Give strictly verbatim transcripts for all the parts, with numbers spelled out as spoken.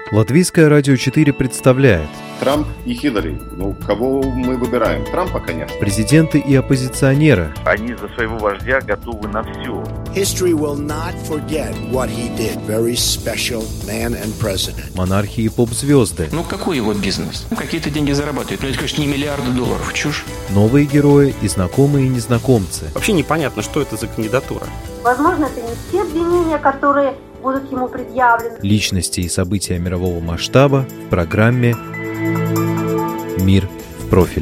Латвийское радио четыре представляет Трамп и Хиллари. Ну, кого мы выбираем? Трампа, конечно. Президенты и оппозиционеры. Они за своего вождя готовы на все. History will not forget what he did. Very special man and president. Монархи и поп-звезды. Ну, какой его бизнес? Ну, какие-то деньги зарабатывают. Ну, это, конечно, не миллиарды долларов. Чушь. Новые герои и знакомые и незнакомцы. Вообще непонятно, что это за кандидатура. Возможно, это не те обвинения, которые будут ему предъявлены. Личности и события мирового масштаба в программе «Мир в профиль».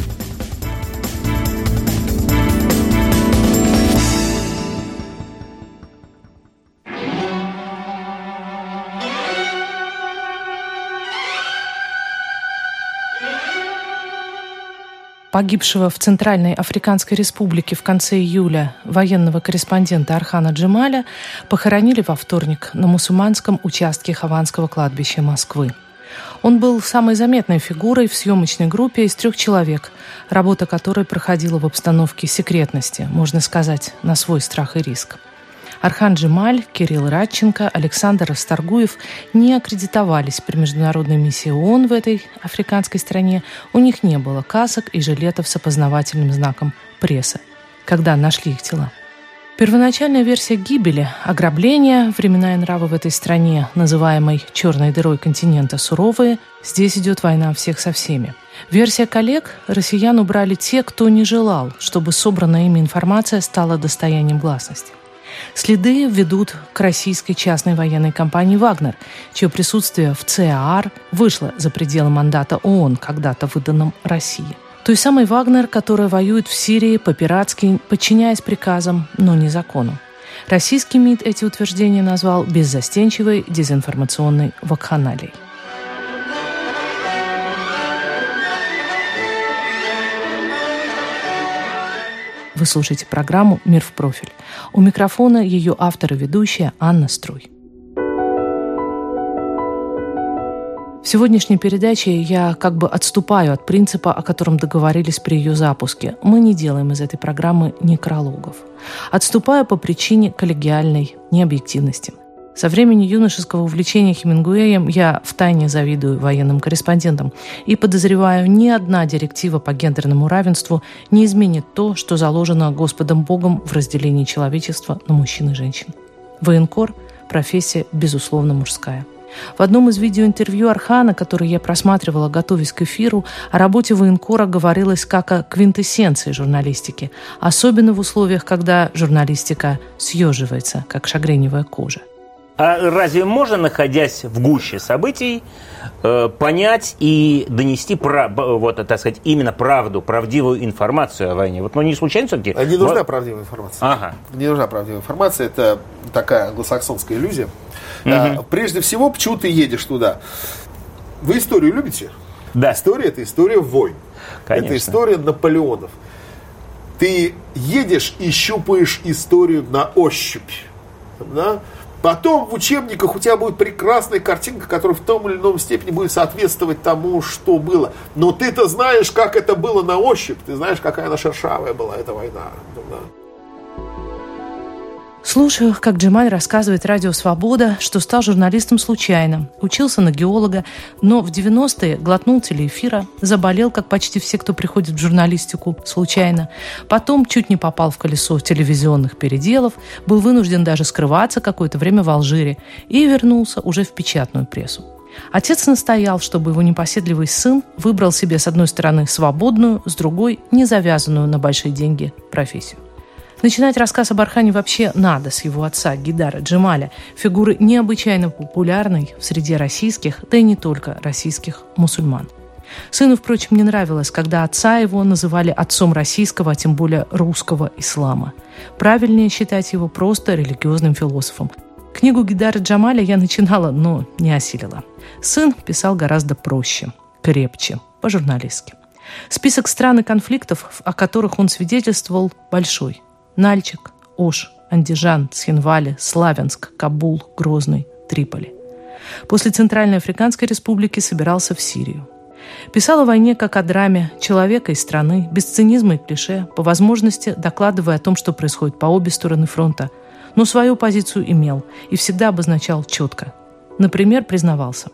Погибшего в Центральной Африканской Республике в конце июля военного корреспондента Орхана Джемаля похоронили во вторник на мусульманском участке Хованского кладбища Москвы. Он был самой заметной фигурой в съемочной группе из трех человек, работа которой проходила в обстановке секретности, можно сказать, на свой страх и риск. Орхан Джемаль, Кирилл Радченко, Александр Расторгуев не аккредитовались при международной миссии ООН в этой африканской стране. У них не было касок и жилетов с опознавательным знаком пресса, когда нашли их тела. Первоначальная версия гибели, ограбления, времена и нравы в этой стране, называемой «черной дырой континента», суровые, здесь идет война всех со всеми. Версия коллег – россиян убрали те, кто не желал, чтобы собранная ими информация стала достоянием гласности. Следы ведут к российской частной военной компании «Вагнер», чье присутствие в ЦААР вышло за пределы мандата ООН, когда-то выданном России. Той самой «Вагнер», которая воюет в Сирии по-пиратски, подчиняясь приказам, но не закону. Российский МИД эти утверждения назвал беззастенчивой дезинформационной вакханалией. Вы слушаете программу «Мир в профиль». У микрофона ее автор и ведущая Анна Струй. В сегодняшней передаче я как бы отступаю от принципа, о котором договорились при ее запуске. Мы не делаем из этой программы некрологов. Отступаю по причине коллегиальной необъективности. Со времени юношеского увлечения Хемингуэем я втайне завидую военным корреспондентам и подозреваю, ни одна директива по гендерному равенству не изменит то, что заложено Господом Богом в разделении человечества на мужчин и женщин. Военкор – профессия, безусловно, мужская. В одном из видеоинтервью Орхана, которое я просматривала, готовясь к эфиру, о работе военкора говорилось как о квинтэссенции журналистики, особенно в условиях, когда журналистика съеживается, как шагреневая кожа. А разве можно, находясь в гуще событий, э, понять и донести прав, вот, так сказать, именно правду, правдивую информацию о войне? Вот, ну, не случайно все-таки? Не нужна вот правдивая информация. Ага. Не нужна правдивая информация. Это такая англосаксонская иллюзия. Угу. А, прежде всего, почему ты едешь туда? Вы историю любите? Да. История – это история войн. Конечно. Это история Наполеонов. Ты едешь и щупаешь историю на ощупь. Да? Потом в учебниках у тебя будет прекрасная картинка, которая в том или ином степени будет соответствовать тому, что было. Но ты-то знаешь, как это было на ощупь. Ты знаешь, какая она шершавая была, эта война. Да. Слушаю, как Джемаль рассказывает радио «Свобода», что стал журналистом случайно, учился на геолога, но в девяностые глотнул телеэфира, заболел, как почти все, кто приходит в журналистику, случайно. Потом чуть не попал в колесо телевизионных переделов, был вынужден даже скрываться какое-то время в Алжире и вернулся уже в печатную прессу. Отец настоял, чтобы его непоседливый сын выбрал себе с одной стороны свободную, с другой – не завязанную на большие деньги профессию. Начинать рассказ об Орхане вообще надо с его отца Гейдара Джемаля, фигуры необычайно популярной в среде российских, да и не только российских мусульман. Сыну, впрочем, не нравилось, когда отца его называли отцом российского, а тем более русского ислама. Правильнее считать его просто религиозным философом. Книгу Гейдара Джемаля я начинала, но не осилила. Сын писал гораздо проще, крепче, по-журналистски. Список стран и конфликтов, о которых он свидетельствовал, большой. Нальчик, Ош, Андижан, Цхинвали, Славянск, Кабул, Грозный, Триполи. После Центральной Африканской Республики собирался в Сирию. Писал о войне как о драме человека и страны, без цинизма и клише, по возможности докладывая о том, что происходит по обе стороны фронта, но свою позицию имел и всегда обозначал четко. Например, признавался: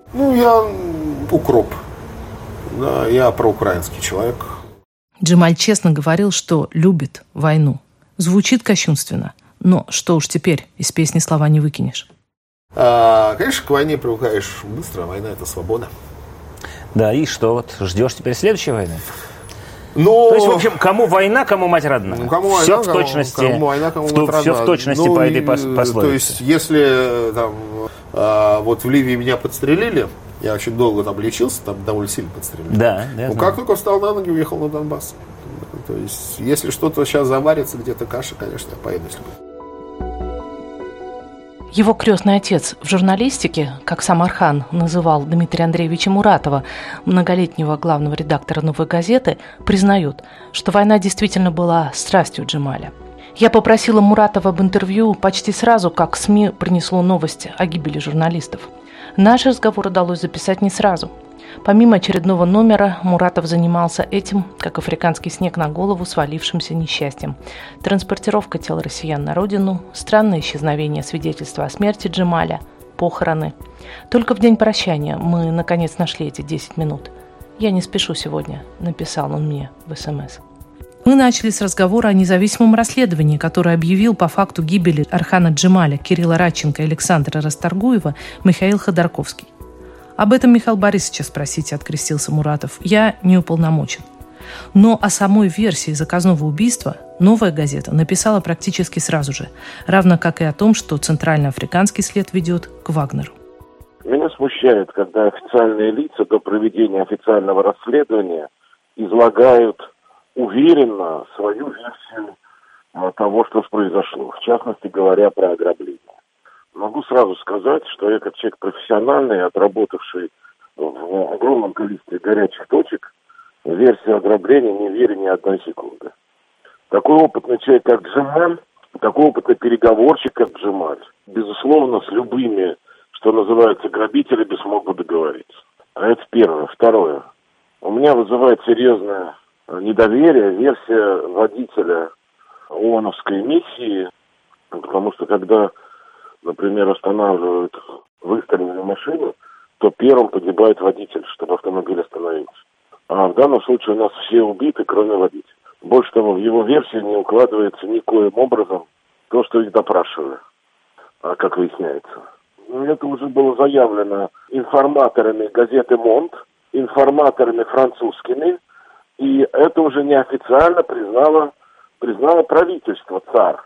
Ну, я укроп. Да, я проукраинский человек. Джемаль честно говорил, что любит войну. Звучит кощунственно, но что уж теперь, из песни слова не выкинешь. А, конечно, к войне привыкаешь быстро, а война – это свобода. Да, и что, вот ждешь теперь следующей войны? Но... То есть, в общем, кому война, кому мать родна. Ну, кому все война, в точности, кому, кому война, кому в, мать родна. Все в точности ну, по этой пословице. То есть, если там, а, вот в Ливии меня подстрелили, я очень долго там лечился, там довольно сильно подстрелили. Да, да. Ну, как только встал на ноги, уехал на Донбасс. То есть, если что-то сейчас заварится, где-то каша, конечно, я поеду, если будет. Его крестный отец в журналистике, как сам Архан называл Дмитрия Андреевича Муратова, многолетнего главного редактора «Новой газеты», признает, что война действительно была страстью Джемаля. Я попросила Муратова об интервью почти сразу, как СМИ принесло новость о гибели журналистов. Наш разговор удалось записать не сразу. Помимо очередного номера, Муратов занимался этим, как африканский снег на голову, свалившимся несчастьем. Транспортировка тел россиян на родину, странное исчезновение свидетельства о смерти Джемаля, похороны. Только в день прощания мы, наконец, нашли эти десять минут. «Я не спешу сегодня», — написал он мне в СМС. Мы начали с разговора о независимом расследовании, которое объявил по факту гибели Архана Джемаля, Кирилла Радченко и Александра Расторгуева Михаил Ходорковский. «Об этом Михаила Борисовича спросите», — открестился Муратов. «Я не уполномочен». Но о самой версии заказного убийства «Новая газета» написала практически сразу же, равно как и о том, что центральноафриканский след ведет к Вагнеру. Меня смущает, когда официальные лица до проведения официального расследования излагают уверенно свою версию того, что произошло, в частности говоря про ограбление. Могу сразу сказать, что я как человек профессиональный, отработавший в огромном количестве горячих точек, в версию ограбления не верю ни одной секунды. Такой опытный человек, как Джемаль, такой опытный переговорщик, как Джемаль, безусловно, с любыми, что называется, грабителями смог бы договориться. А это первое. Второе. У меня вызывает серьезное недоверие версия водителя ООНовской миссии, потому что когда, например, останавливают выстрелили машину, то первым погибает водитель, чтобы автомобиль остановился. А в данном случае у нас все убиты, кроме водителя. Больше того, в его версии не укладывается никоим образом то, что их допрашивали, а как выясняется. Это уже было заявлено информаторами газеты «Монт», информаторами французскими, и это уже неофициально признало, признало правительство ЦАР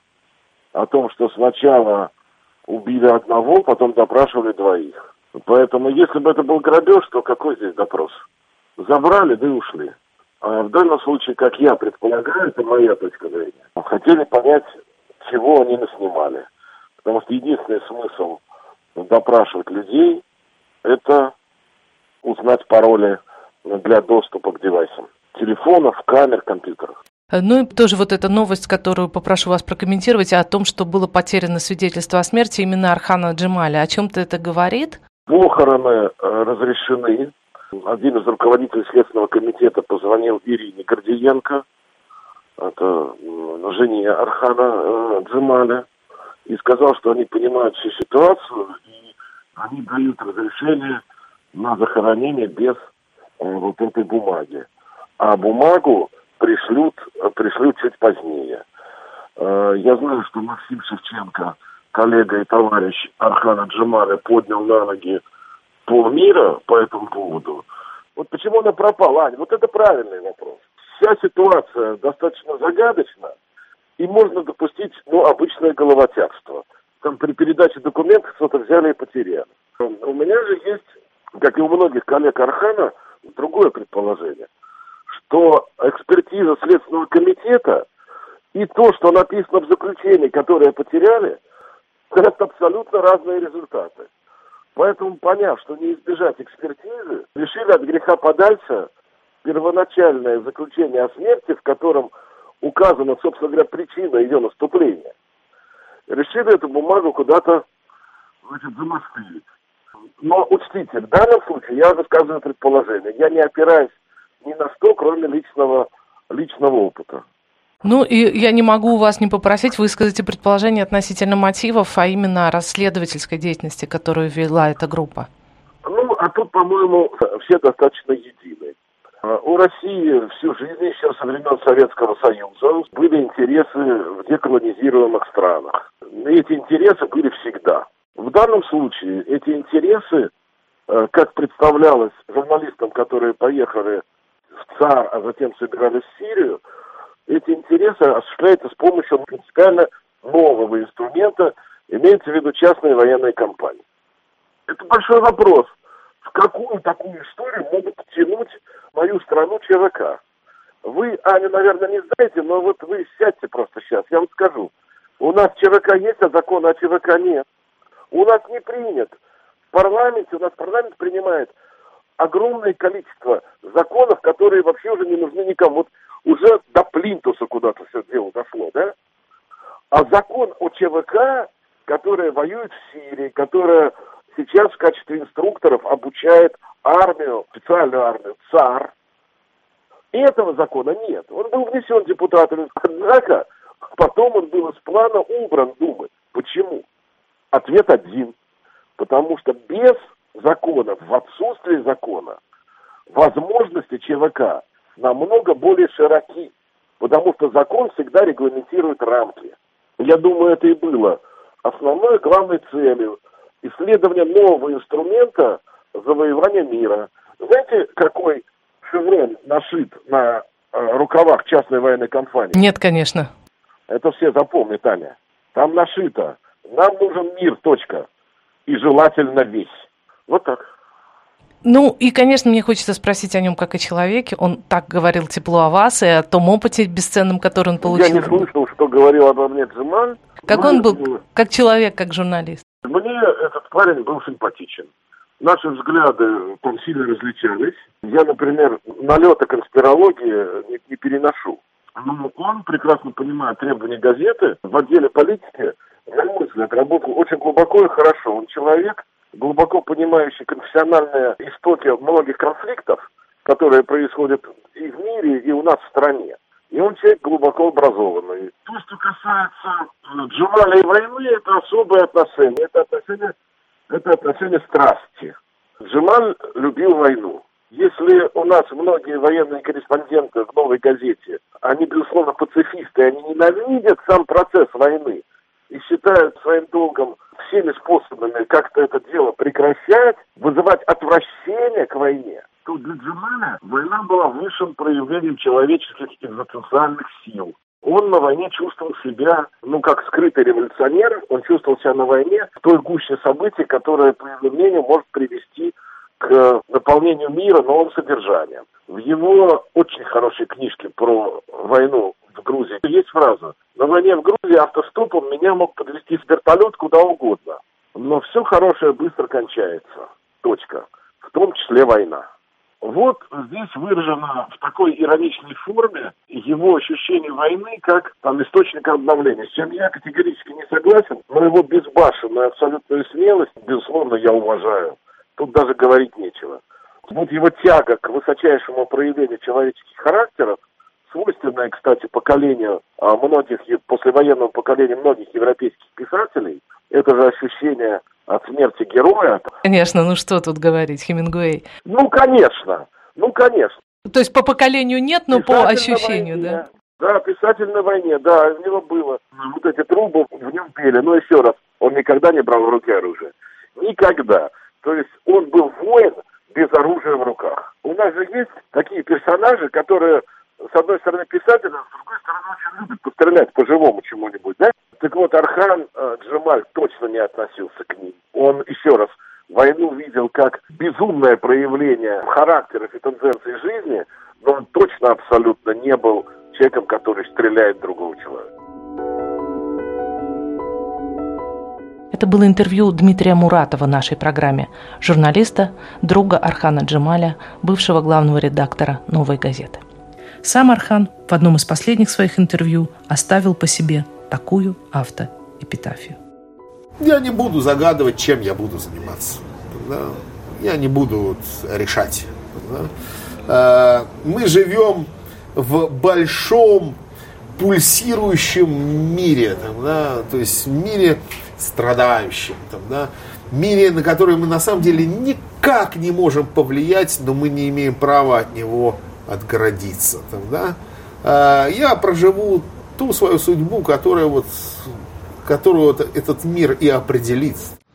о том, что сначала убили одного, потом допрашивали двоих. Поэтому, если бы это был грабеж, то какой здесь допрос? Забрали, да и ушли. А в данном случае, как я предполагаю, это моя точка зрения, хотели понять, чего они наснимали. Потому что единственный смысл допрашивать людей – это узнать пароли для доступа к девайсам. Телефонов, камер, компьютеров. Ну и тоже вот эта новость, которую попрошу вас прокомментировать, о том, что было потеряно свидетельство о смерти именно Архана Джемаля. О чем-то это говорит? Похороны разрешены. Один из руководителей Следственного комитета позвонил Ирине Гордиенко, это жене Архана Джемаля, и сказал, что они понимают всю ситуацию, и они дают разрешение на захоронение без вот этой бумаги. А бумагу пришлют, пришлют чуть позднее. Я знаю, что Максим Шевченко, коллега и товарищ Архана Джемаля, поднял на ноги полмира по этому поводу. Вот почему она пропала, Аня? Вот это правильный вопрос. Вся ситуация достаточно загадочна, и можно допустить, ну, обычное головотяпство. Там при передаче документов что-то взяли и потеряли. У меня же есть, как и у многих коллег Архана, другое предположение, что экспертиза Следственного комитета и то, что написано в заключении, которое потеряли, это абсолютно разные результаты. Поэтому, поняв, что не избежать экспертизы, решили от греха подальше первоначальное заключение о смерти, в котором указана, собственно говоря, причина ее наступления. Решили эту бумагу куда-то, значит, замостылить. Но учтите, в данном случае я высказываю предположение. Я не опираюсь ни на что, кроме личного, личного опыта. Ну, и я не могу у вас не попросить высказать предположение относительно мотивов, а именно расследовательской деятельности, которую вела эта группа. Ну, а тут, по-моему, все достаточно едины. У России всю жизнь, еще со времен Советского Союза, были интересы в деколонизируемых странах. Эти интересы были всегда. В данном случае эти интересы, как представлялось журналистам, которые поехали в ЦАР, а затем собирались в Сирию, эти интересы осуществляются с помощью принципиально нового инструмента, имеется в виду частные военные компании. Это большой вопрос. В какую такую историю могут тянуть мою страну ЧВК? Вы, Аня, наверное, не знаете, но вот вы сядьте просто сейчас, я вам скажу. У нас ЧВК есть, а закона о ЧВК нет. У нас не принят. В парламенте, у нас парламент принимает огромное количество законов, которые вообще уже не нужны никому. Вот уже до плинтуса куда-то все дело дошло, да? А закон о ЧВК, которая воюет в Сирии, которая сейчас в качестве инструкторов обучает армию, специальную армию, ЦАР. Этого закона нет. Он был внесен депутатами, однако потом он был из плана убран Думы. Почему? Ответ один. Потому что без закона, в отсутствии закона, возможности ЧВК намного более широки. Потому что закон всегда регламентирует рамки. Я думаю, это и было основной, главной целью исследования нового инструмента завоевания мира. Знаете, какой шеврон нашит на э, рукавах частной военной компании? Нет, конечно. Это все запомнят, Таня. Там нашито: нам нужен мир, точка. И желательно весь. Вот так. Ну, и, конечно, мне хочется спросить о нем как о человеке. Он так говорил тепло о вас и о том опыте бесценном, который он получил. Я не слышал, что говорил обо мне Джемаль. Как он был, как человек, как журналист? Мне этот парень был симпатичен. Наши взгляды там сильно различались. Я, например, налета конспирологии не, не переношу. Но он, прекрасно понимая требования газеты, в отделе политики, на мой взгляд, работал очень глубоко и хорошо. Он человек, глубоко понимающий конфессиональные истоки многих конфликтов, которые происходят и в мире, и у нас в стране. И он человек глубоко образованный. То, что касается Джемаля и войны, это особое отношение. Это отношение, это отношение страсти. Джемаль любил войну. Если у нас многие военные корреспонденты в «Новой газете», они, безусловно, пацифисты, они ненавидят сам процесс войны и считают своим долгом всеми способами как-то это дело прекращать, вызывать отвращение к войне, то для Джемаля война была высшим проявлением человеческих экзистенциальных сил. Он на войне чувствовал себя, ну, как скрытый революционер, он чувствовал себя на войне в той гуще событий, которая, по его мнению, может привести к наполнению мира новым содержанием. В его очень хорошей книжке про войну в Грузии есть фраза: «На войне в Грузии автостопом меня мог подвезти вертолет куда угодно, но все хорошее быстро кончается. Точка. В том числе война». Вот здесь выражено в такой ироничной форме его ощущение войны как там источника обновления, с чем я категорически не согласен, но его безбашенную абсолютную смелость, безусловно, я уважаю. Тут даже говорить нечего. Вот его тяга к высочайшему проявлению человеческих характеров, свойственная, кстати, поколению многих, послевоенному поколению многих европейских писателей, это же ощущение от смерти героя. Конечно, ну что тут говорить, Хемингуэй. Ну, конечно, ну, конечно. То есть по поколению нет, но писатель по ощущению, войне, да? Да, писатель на войне, да, у него было. Вот эти трубы в нем пели, но еще раз, он никогда не брал в руки оружие. Никогда. То есть он был воин без оружия в руках. У нас же есть такие персонажи, которые, с одной стороны, писатели, а с другой стороны, очень любят пострелять по-живому чему-нибудь, да? Так вот, Орхан э, Джемаль точно не относился к ним. Он, еще раз, войну видел как безумное проявление характеров и тенденций жизни, но он точно абсолютно не был человеком, который стреляет в другого человека. Это было интервью Дмитрия Муратова нашей программе, журналиста, друга Орхана Джемаля, бывшего главного редактора «Новой газеты». Сам Орхан в одном из последних своих интервью оставил по себе такую автоэпитафию. Я не буду загадывать, чем я буду заниматься. Да? Я не буду вот решать. Да? Мы живем в большом пульсирующем мире, там, да? То есть мире страдающем. Там, да? мире, на который мы на самом деле никак не можем повлиять, но мы не имеем права от него отгородиться. Там, да? а, я проживу ту свою судьбу, которая вот, которую вот этот мир и определит.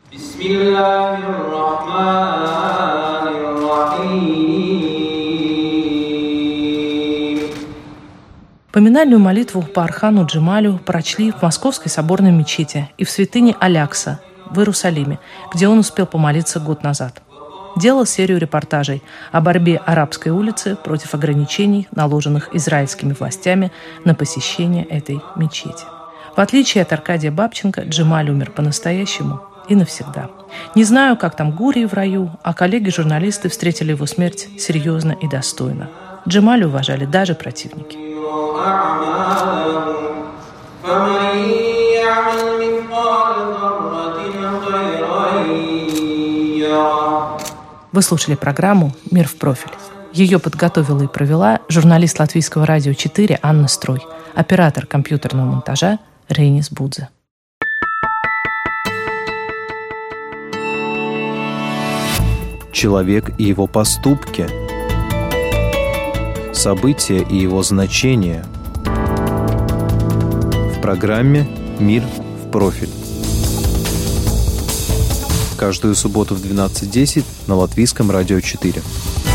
Поминальную молитву по Архану Джемалю прочли в Московской соборной мечети и в святыне Алякса в Иерусалиме, где он успел помолиться год назад. Делал серию репортажей о борьбе Арабской улицы против ограничений, наложенных израильскими властями на посещение этой мечети. В отличие от Аркадия Бабченко, Джемаль умер по-настоящему и навсегда. Не знаю, как там Гурий в раю, а коллеги-журналисты встретили его смерть серьезно и достойно. Джемаля уважали даже противники. Вы слушали программу «Мир в профиль». Ее подготовила и провела журналист Латвийского радио четыре Анна Строй, оператор компьютерного монтажа Рейнис Будзе. Человек и его поступки, события и его значения в программе «Мир в профиль». Каждую субботу в двенадцать десять на Латвийском радио четыре.